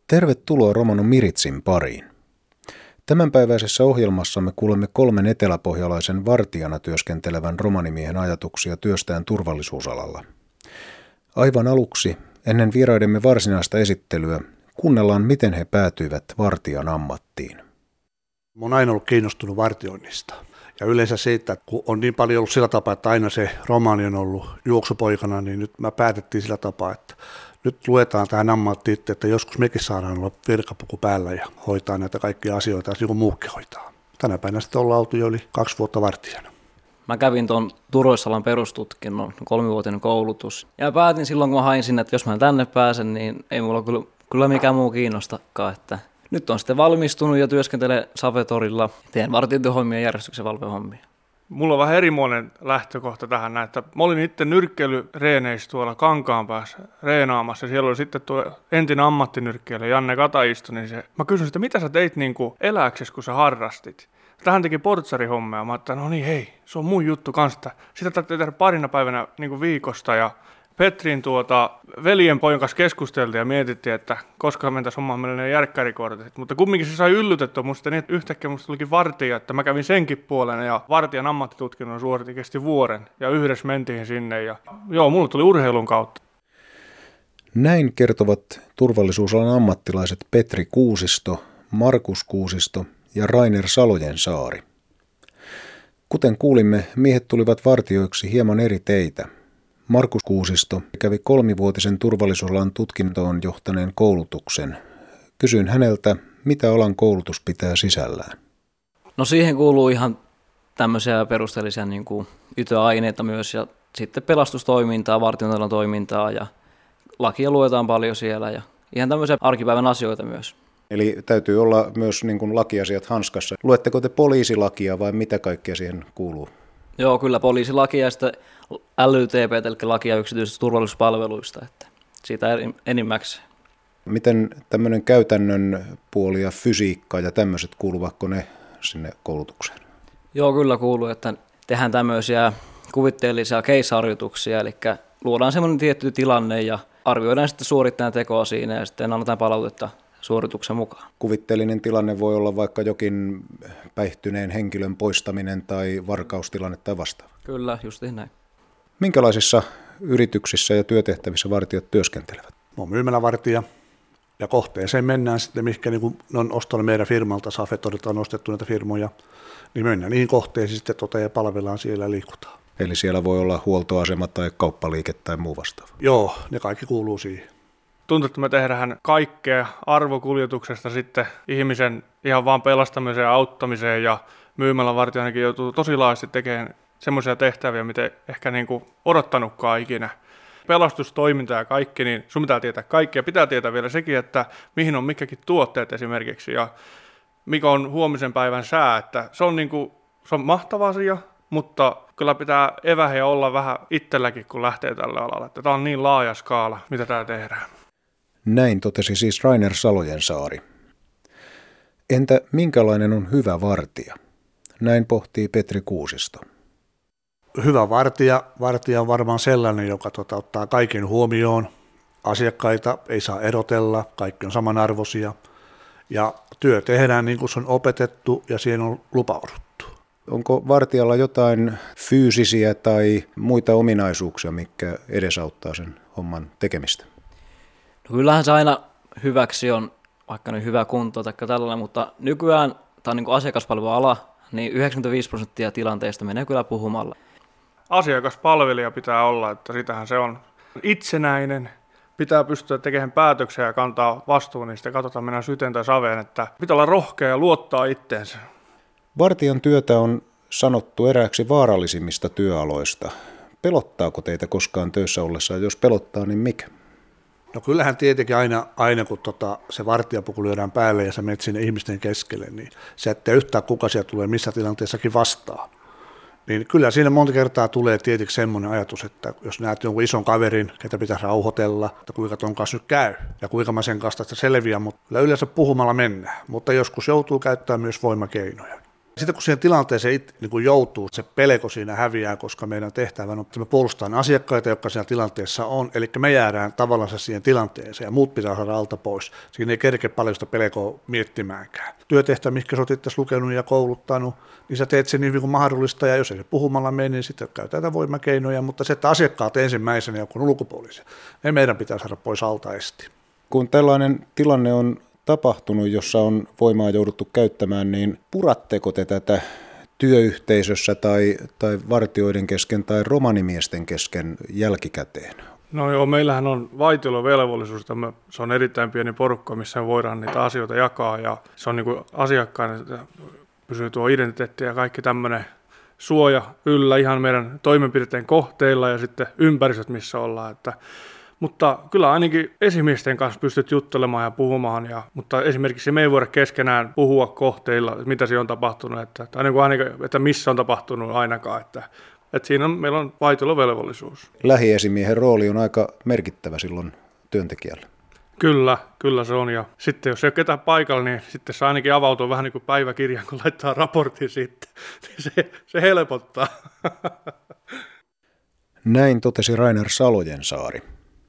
Tervetuloa Romano Miritsin pariin. Tämänpäiväisessä ohjelmassamme kuulemme 3 eteläpohjalaisen vartijana työskentelevän romanimiehen ajatuksia työstään turvallisuusalalla. Aivan aluksi, ennen vieraidemme varsinaista esittelyä, kuunnellaan miten he päätyivät vartijan ammattiin. Mä oon aina ollut kiinnostunut vartioinnista. Ja yleensä siitä, kun on niin paljon ollut sillä tapaa, että aina se romani on ollut juoksupoikana, niin nyt mä päätettiin sillä tapaa, että nyt luetaan tähän ammattiin, että joskus mekin saadaan olla virkapuku päällä ja hoitaa näitä kaikkia asioita, niin kuin muukin hoitaa. Tänä päivänä sitten ollaan oltu jo yli 2 vuotta vartijana. Mä kävin tuon turvallisuusalan perustutkinnon, 3-vuotinen koulutus. Ja päätin silloin, kun mä hain sinne, että jos mä tänne pääsen, niin ei mulla kyllä mikään muu kiinnostakaan. Että nyt on sitten valmistunut ja työskentelen Safetorilla. Teen vartiointihommia ja järjestyksen valvehommia. Mulla on vähän erimoinen lähtökohta tähän, että mä olin itse nyrkkeilyreeneissä tuolla Kankaanpäässä reenaamassa. Siellä oli sitten tuo entinen ammattinyrkkeilijä Janne Kataisto, niin mä kysyin sitä, mitä sä teit niin kuin elääksesi, kun sä harrastit. Tähän teki portsarihommia. Mä ajattelin, no niin hei, se on mun juttu kanssa. Sitä täytyy tehdä parina päivänä niin kuin viikosta ja Petrin veljen pojan kanssa keskusteltiin ja mietittiin, että koska mentäisiin hommaan meille ne järkkärikortit. Mutta kumminkin se sai yllytettyä musta niin, että yhtäkkiä musta tulikin vartija, että mä kävin senkin puolen ja vartijan ammattitutkinnon suoritin, kesti vuoden ja yhdessä mentiin sinne ja mulla tuli urheilun kautta. Näin kertovat turvallisuusalan ammattilaiset Petri Kuusisto, Markus Kuusisto ja Rainer Salojensaari. Kuten kuulimme, miehet tulivat vartijoiksi hieman eri teitä. Markus Kuusisto kävi 3-vuotisen turvallisuusalan tutkintoon johtaneen koulutuksen. Kysyin häneltä, mitä alan koulutus pitää sisällään. No siihen kuuluu ihan tämmöisiä perusteellisia niin kuin YTÖ-aineita myös ja sitten pelastustoimintaa, vartiointialan toimintaa ja lakia luetaan paljon siellä ja ihan tämmöisiä arkipäivän asioita myös. Eli täytyy olla myös niin kuin lakiasiat hanskassa. Luetteko te poliisilakia vai mitä kaikkea siihen kuuluu? Joo, kyllä poliisilakia ja sitten LYTP, eli lakia yksityisistä turvallisuuspalveluista, että siitä enimmäkseen. Miten tämmöinen käytännön puoli ja fysiikka ja tämmöiset, kuuluvatko ne sinne koulutukseen? Joo, kyllä kuuluu, että tehdään tämmöisiä kuvitteellisia case-harjoituksia, eli luodaan semmoinen tietty tilanne ja arvioidaan sitten suorittajan tekoa siinä ja sitten annetaan palautetta suorituksen mukaan. Kuvitteellinen tilanne voi olla vaikka jokin päihtyneen henkilön poistaminen tai varkaustilanne tai vastaava. Kyllä, justiin näin. Minkälaisissa yrityksissä ja työtehtävissä vartijat työskentelevät? Mä oon myymälävartija ja kohteeseen mennään sitten, mihinkä niin on ostanut meidän firmalta, Safetorilta on ostettu näitä firmoja, niin mennään niihin kohteisiin sitten ja palvellaan siellä ja liikutaan. Eli siellä voi olla huoltoasema tai kauppaliike tai muu vastaava? Joo, ne kaikki kuuluu siihen. Tuntuu, että me tehdään kaikkea arvokuljetuksesta sitten ihmisen ihan vaan pelastamiseen ja auttamiseen ja myymälävartijanakin joutuu tosi laajasti tekemään semmoisia tehtäviä, mitä ehkä niin kuin odottanutkaan ikinä. Pelastustoiminta ja kaikki, niin sun pitää tietää kaikki ja pitää tietää vielä sekin, että mihin on mitkäkin tuotteet esimerkiksi ja mikä on huomisen päivän sää. Että se on mahtava asia, mutta kyllä pitää evähiä olla vähän itselläkin, kun lähtee tälle alalle. Että tämä on niin laaja skaala, mitä tää tehdään. Näin totesi siis Rainer Salojensaari. Entä minkälainen on hyvä vartija? Näin pohtii Petri Kuusisto. Hyvä vartija on varmaan sellainen, joka ottaa kaiken huomioon. Asiakkaita ei saa erotella, kaikki on samanarvoisia. Ja työ tehdään niin kuin se on opetettu ja siihen on lupauduttu. Onko vartijalla jotain fyysisiä tai muita ominaisuuksia, mitkä edesauttaa sen homman tekemistä? No kyllähän se aina hyväksi on, vaikka nyt hyvä kunto tai tällainen, mutta nykyään tämä on niin kuin asiakaspalveluala, niin 95% tilanteista menee kyllä puhumalla. Asiakaspalvelija pitää olla, että sitähän se on itsenäinen. Pitää pystyä tekemään päätöksiä ja kantaa vastuun niistä. Katsotaan mennään syteen tai saveen, että pitää olla rohkea ja luottaa itteensä. Vartijan työtä on sanottu erääksi vaarallisimmista työaloista. Pelottaako teitä koskaan töissä ollessa? Jos pelottaa, niin mikä? No kyllähän tietenkin aina kun se vartijapuku lyödään päälle ja sä menet sinne ihmisten keskelle, niin sä et tiedä yhtään kuka siellä tulee missä tilanteessakin vastaan. Niin kyllä siinä monta kertaa tulee tietenkin semmoinen ajatus, että jos näet jonkun ison kaverin, ketä pitäisi rauhoitella, että kuinka ton kanssa nyt käy ja kuinka mä sen kanssa tästä selviän, mutta kyllä yleensä puhumalla mennään, mutta joskus joutuu käyttämään myös voimakeinoja. Sitten kun siihen tilanteeseen niin kun joutuu, se pelko siinä häviää, koska meidän tehtävä on, että me puolustetaan asiakkaita, jotka siinä tilanteessa on, eli me jäädään tavallaan siihen tilanteeseen ja muut pitää saada alta pois. Siinä ei kerke paljon sitä pelkoa miettimäänkään. Työtehtävä, mikä sä oot lukenut ja kouluttanut, niin sä teet sen niin kuin mahdollista, ja jos ei se puhumalla mene, niin sitten käytetään voimakeinoja, mutta se, että asiakkaat ensimmäisenä ja kun ulkopuolisia, ne meidän pitää saada pois alta esti. Kun tällainen tilanne on tapahtunut, jossa on voimaa jouduttu käyttämään, niin puratteko te tätä työyhteisössä tai vartijoiden kesken tai romanimiesten kesken jälkikäteen? No joo, meillähän on vaitiolovelvollisuus, se on erittäin pieni porukka, missä voidaan niitä asioita jakaa ja se on niin kuin asiakkaan, että pysyy tuo identiteetti ja kaikki tämmöinen suoja yllä ihan meidän toimenpiteiden kohteilla ja sitten ympäristöt, missä ollaan. Mutta kyllä ainakin esimiesten kanssa pystyt juttelemaan ja puhumaan, mutta esimerkiksi me ei voida keskenään puhua kohteilla, mitä siinä on tapahtunut, että missä on tapahtunut ainakaan, että siinä meillä on vaitiolovelvollisuus. Lähiesimiehen rooli on aika merkittävä silloin työntekijällä. Kyllä se on. Ja sitten jos ei ole ketään paikalla, niin sitten se ainakin avautuu vähän niin kuin päiväkirjaan, kun laittaa raportin sitten. Se helpottaa. Näin totesi Rainer Salojensaari.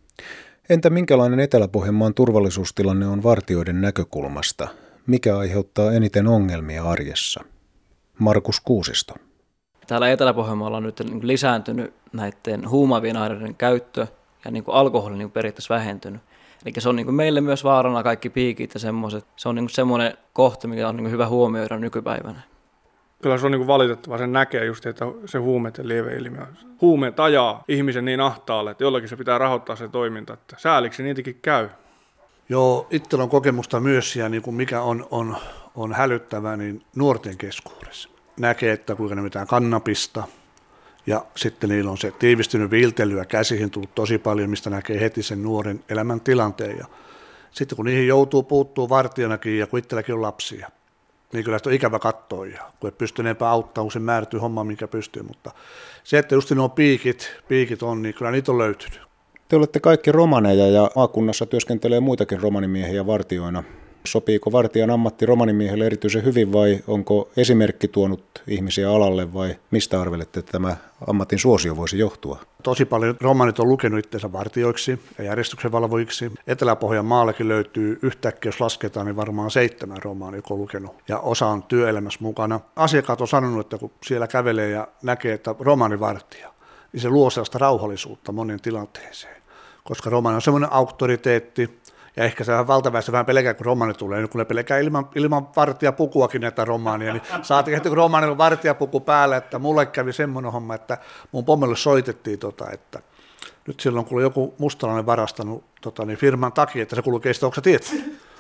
Entä minkälainen Etelä-Pohjanmaan turvallisuustilanne on vartijoiden näkökulmasta? Mikä aiheuttaa eniten ongelmia arjessa? Markus Kuusisto. Täällä Etelä-Pohjanmaalla on nyt lisääntynyt näiden huumaavien aineiden käyttö ja alkoholi periaatteessa vähentynyt. Eli se on meille myös vaarana kaikki piikit ja semmoiset. Se on semmoinen kohta, mikä on hyvä huomioida nykypäivänä. Kyllä se on valitettavaa, sen näkee just, että se huumeiden lieveilmiö. Huumeet ajaa ihmisen niin ahtaalle, että jollakin se pitää rahoittaa se toiminta, että sääliksi niitäkin käy. Joo, itsellä on kokemusta myös ja niin kuin mikä on hälyttävää, niin nuorten keskuudessa. Näkee, että kuinka ne mitään kannabista ja sitten niillä on se tiivistynyt viiltelyä käsiin tullut tosi paljon, mistä näkee heti sen nuoren elämäntilanteen. Ja sitten kun niihin joutuu puuttuu vartijanakin ja kun itselläkin on lapsia, niin kyllä sitä on ikävä katsoa, ja kun et pysty enempää auttamaan, kun se määrätyy homma, minkä pystyy, mutta se, että just nuo piikit on, niin kyllä niitä on löytynyt. Te olette kaikki romaneja ja maakunnassa työskentelee muitakin romanimiehiä vartijoina. Sopiiko vartijan ammatti romanimiehelle erityisen hyvin vai onko esimerkki tuonut ihmisiä alalle vai mistä arvelette, että tämä ammatin suosio voisi johtua? Tosi paljon romanit on lukenut itsensä vartijoiksi ja järjestyksenvalvojiksi. Etelä-Pohjanmaallakin löytyy yhtäkkiä, jos lasketaan, niin varmaan 7 romaania, joka on lukenut ja osa on työelämässä mukana. Asiakkaat on sanonut, että kun siellä kävelee ja näkee, että romanivartija, niin se luo sellaista rauhallisuutta monen tilanteeseen, koska romani on semmoinen auktoriteetti. Ja ehkä se valtaväestö vähän pelkää, kun romani tulee. Nyt kun ne pelkää ilman vartijapukuakin näitä romaania, niin saatiin heti, kun romanilla on vartijapuku päällä, että mulle kävi semmoinen homma, että mun pommelle soitettiin, että nyt silloin kun joku mustalainen varastanut niin firman takia, että se kulkee sitä, onko sä tiedät?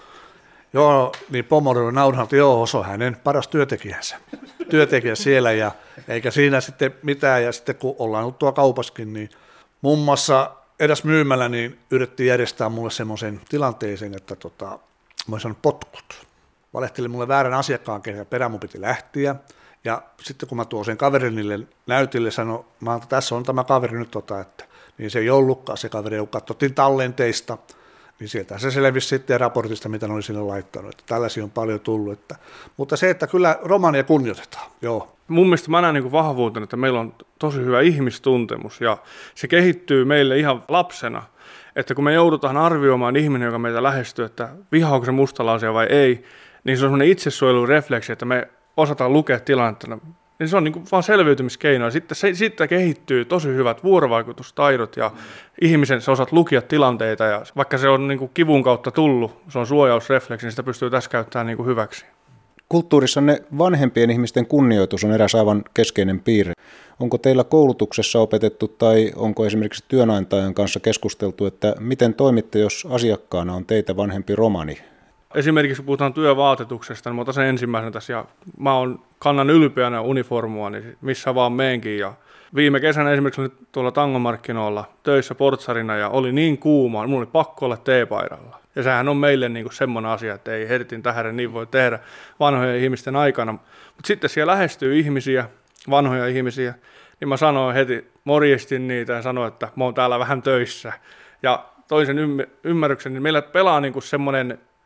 Joo, niin pommolle nauraa, että joo, se on hänen paras työntekijä siellä, ja eikä siinä sitten mitään, ja sitten kun ollaan ollut tuolla kaupassakin, niin muun muassa edes myymällä niin yritettiin järjestää mulle semmoisen tilanteeseen, että mä olin saanut potkut. Valehteli mulle väärän asiakkaan ja perään mun piti lähteä. Ja sitten kun mä tuon sen kaverille näytille, sanoin, että tässä on tämä kaveri nyt, että niin se ei ollutkaan se kaveri, kun katsottiin tallenteista, niin sieltä se selvisi sitten raportista, mitä ne oli sinne laittanut. Että tällaisia on paljon tullut. Mutta se, että kyllä romania kunnioitetaan, joo. Mun mielestä mä näen vahvuutena, että meillä on tosi hyvä ihmistuntemus ja se kehittyy meille ihan lapsena. Että kun me joudutaan arvioimaan ihminen, joka meitä lähestyy, että vihaako se mustalaisia vai ei, niin se on semmoinen itsesuojelurefleksi, että me osataan lukea tilannetta. Niin se on vaan selviytymiskeino ja sitten siitä kehittyy tosi hyvät vuorovaikutustaidot ja ihmisen sä osaat lukia tilanteita ja vaikka se on kivun kautta tullut, se on suojausrefleksi, niin sitä pystyy tässä käyttämään hyväksi. Kulttuurissanne vanhempien ihmisten kunnioitus on eräs aivan keskeinen piirre. Onko teillä koulutuksessa opetettu tai onko esimerkiksi työnantajan kanssa keskusteltu, että miten toimitte, jos asiakkaana on teitä vanhempi romani? Esimerkiksi kun puhutaan työvaatetuksesta, niin mä otan sen ensimmäisenä tässä ja kannan ylpeänä uniformua, niin missä vaan meenkin. Ja viime kesänä esimerkiksi olin tuolla tangomarkkinoilla töissä portsarina ja oli niin kuuma, mulla oli pakko olla teepaidalla. Ja sehän on meille semmoinen asia, että ei hertin tähden niin voi tehdä vanhojen ihmisten aikana. Mutta sitten siellä lähestyy ihmisiä, vanhoja ihmisiä, niin mä sanoin heti, morjestin niitä ja sanoin, että mä oon täällä vähän töissä. Ja toisen ymmärryksen, niin meillä pelaa semmoinen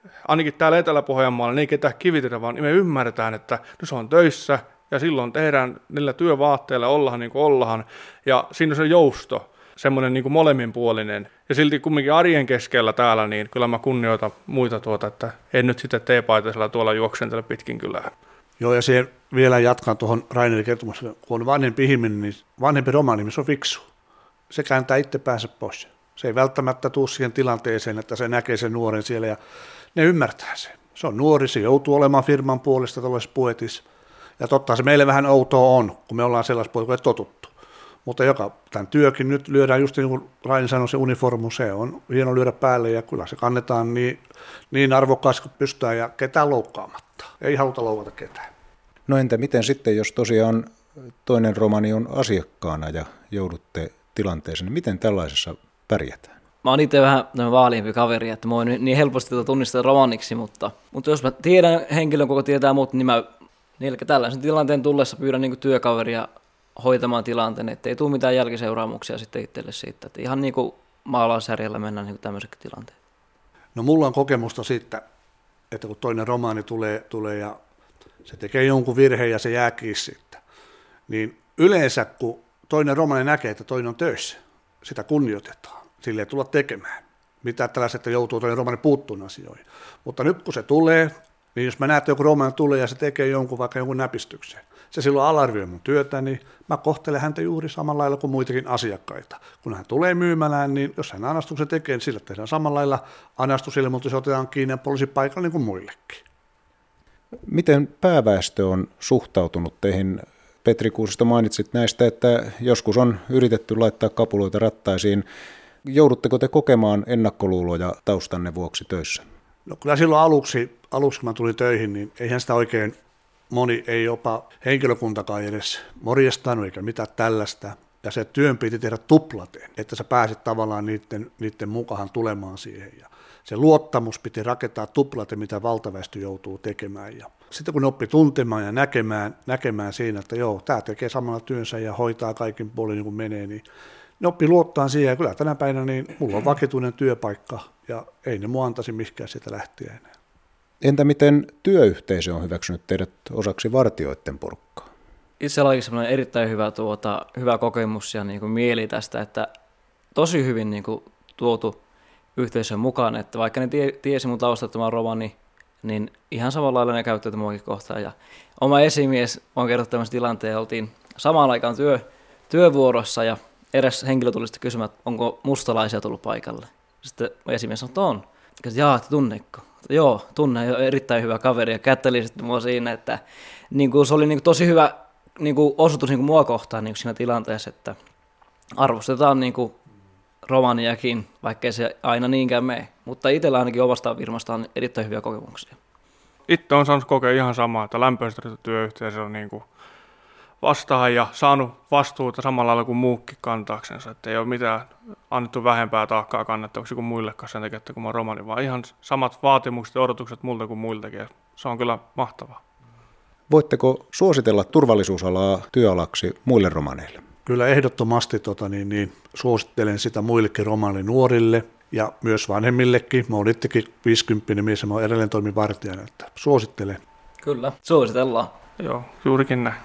ainakin täällä Etelä-Pohjanmaalla, niin ei ketään kivitetä, vaan me ymmärretään, että no se on töissä ja silloin tehdään niillä työvaatteilla, ollaan niin kuin ollaan ja siinä on se jousto, semmoinen niin kuin molemminpuolinen. Ja silti kumminkin arjen keskellä täällä, niin kyllä mä kunnioitan muita että en nyt sitten teepaitasella tuolla juoksentele pitkin kylää. Joo, ja se vielä jatkan tuohon Rainerin kertomukseen, kun on vanhempi ihminen, niin vanhempi romani, se on fiksu. Se kääntää itse päänsä pois. Se ei välttämättä tule siihen tilanteeseen, että se näkee sen nuoren siellä ja ne ymmärtää sen. Se on nuori, se joutuu olemaan firman puolesta tällaisessa puetissa. Ja totta se meille vähän outoa on, kun me ollaan sellaisessa puolella, kun ei totuttu. Mutta tämän työkin nyt lyödään, just niin kuin Raini sanoi, se uniformu, se on hieno lyödä päälle ja kyllä se kannetaan niin arvokkaasti kuin pystytään ja ketään loukkaamatta. Ei haluta loukata ketään. No entä miten sitten, jos tosiaan toinen romani on asiakkaana ja joudutte tilanteeseen, niin miten tällaisessa pärjätään? Mä oon itse vähän vaaliimpi kaveri, että mä oon niin helposti tunnistaa romaniksi, mutta jos mä tiedän henkilön, koko tietää muut, niin mä tällaisen tilanteen tullessa pyydän niin kuin työkaveria hoitamaan tilanteen, ettei tule mitään jälkiseuraamuksia sitten itselle siitä. Että ihan niin kuin maalaisjärjellä mennään niin tämmöiseksi tilanteen. No mulla on kokemusta siitä, että kun toinen romaani tulee ja se tekee jonkun virheen ja se jääkin siitä, niin yleensä kun toinen romaani näkee, että toinen on töissä, sitä kunnioitetaan. Sille ei tulla tekemään. Mitä tällaiset, että joutuu toinen romaani puuttumaan asioihin. Mutta nyt kun se tulee, niin jos mä näen, että joku romaani tulee ja se tekee vaikka jonkun näpistyksen, se silloin alarvioi mun työtä, niin mä kohtelen häntä juuri samalla lailla kuin muitakin asiakkaita. Kun hän tulee myymälään, niin jos hän anastuksen tekee, niin sillä tehdään samalla lailla anastusilmoitus, otetaan kiinni poliisipaikalla niin kuin muillekin. Miten pääväestö on suhtautunut teihin? Petri Kuusisto, mainitsit näistä, että joskus on yritetty laittaa kapuloita rattaisiin. Joudutteko te kokemaan ennakkoluuloja taustanne vuoksi töissä? No kyllä silloin aluksi kun mä tulin töihin, niin eihän sitä oikein moni, ei jopa henkilökuntakaan edes morjestanut eikä mitään tällaista. Ja se työn piti tehdä tuplaten, että sä pääsit tavallaan niiden mukaan tulemaan siihen. Ja se luottamus piti rakentaa tuplaten, mitä valtaväestö joutuu tekemään. Ja sitten kun ne oppi tuntemaan ja näkemään siinä, että joo, tämä tekee samalla työnsä ja hoitaa kaikin puolin niin kuin menee, niin ne oppi luottaa siihen. Ja kyllä tänä päivänä niin mulla on vakituinen työpaikka ja ei ne mua antaisi mihinkään sieltä lähtien enää. Entä miten työyhteisö on hyväksynyt teidät osaksi vartijoiden porukkaa? Itse olikin semmoinen erittäin hyvä kokemus ja niin kuin mieli tästä, että tosi hyvin niin kuin tuotu yhteisön mukaan, että vaikka ne tiesi mun taustattoman romani, niin ihan samalla lailla ne käyttävät muakin kohtaan. Ja oma esimies on kertonut tämmöisen tilanteen, oltiin samaan aikaan työvuorossa ja eräs henkilö tuli sitten kysymään, että onko mustalaisia tullut paikalle. Sitten esimies sanoi, että on. Jaa, tunnekko? Joo, tunne, erittäin hyvä kaveri ja kätteli sitten mua siinä, että niin kuin se oli niin kuin tosi hyvä niin kuin osoitus niin kuin mua kohtaan niin kuin siinä tilanteessa, että arvostetaan niin kuin romaniakin, vaikkei se aina niinkään mene, mutta itsellä ainakin omasta firmasta on erittäin hyviä kokemuksia. Itse on saanut kokea ihan samaa, että lämpöistä työyhteisö on niin kuin vastaan ja saanut vastuuta samalla lailla kuin muukin kantaaksensa, että ei ole mitään annettu vähempää taakkaa kannettavaksi kuin muillekaan sen takia, että kun mä oon romani, vaan ihan samat vaatimukset ja odotukset multa kuin muiltakin. Se on kyllä mahtavaa. Voitteko suositella turvallisuusalaa työalaksi muille romaneille? Kyllä ehdottomasti suosittelen sitä muillekin romaninuorille ja myös vanhemmillekin. Mä oon itsekin 50 mies ja mä oon edelleen toimin vartijana, että suosittelen. Kyllä, suositellaan. Joo, juurikin näin.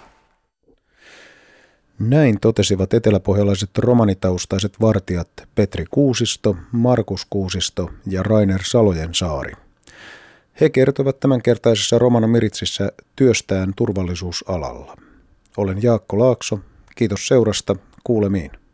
Näin totesivat eteläpohjalaiset romanitaustaiset vartijat Petri Kuusisto, Markus Kuusisto ja Rainer Salojensaari. He kertovat tämänkertaisessa Romano Miritsissä työstään turvallisuusalalla. Olen Jaakko Laakso. Kiitos seurasta. Kuulemiin.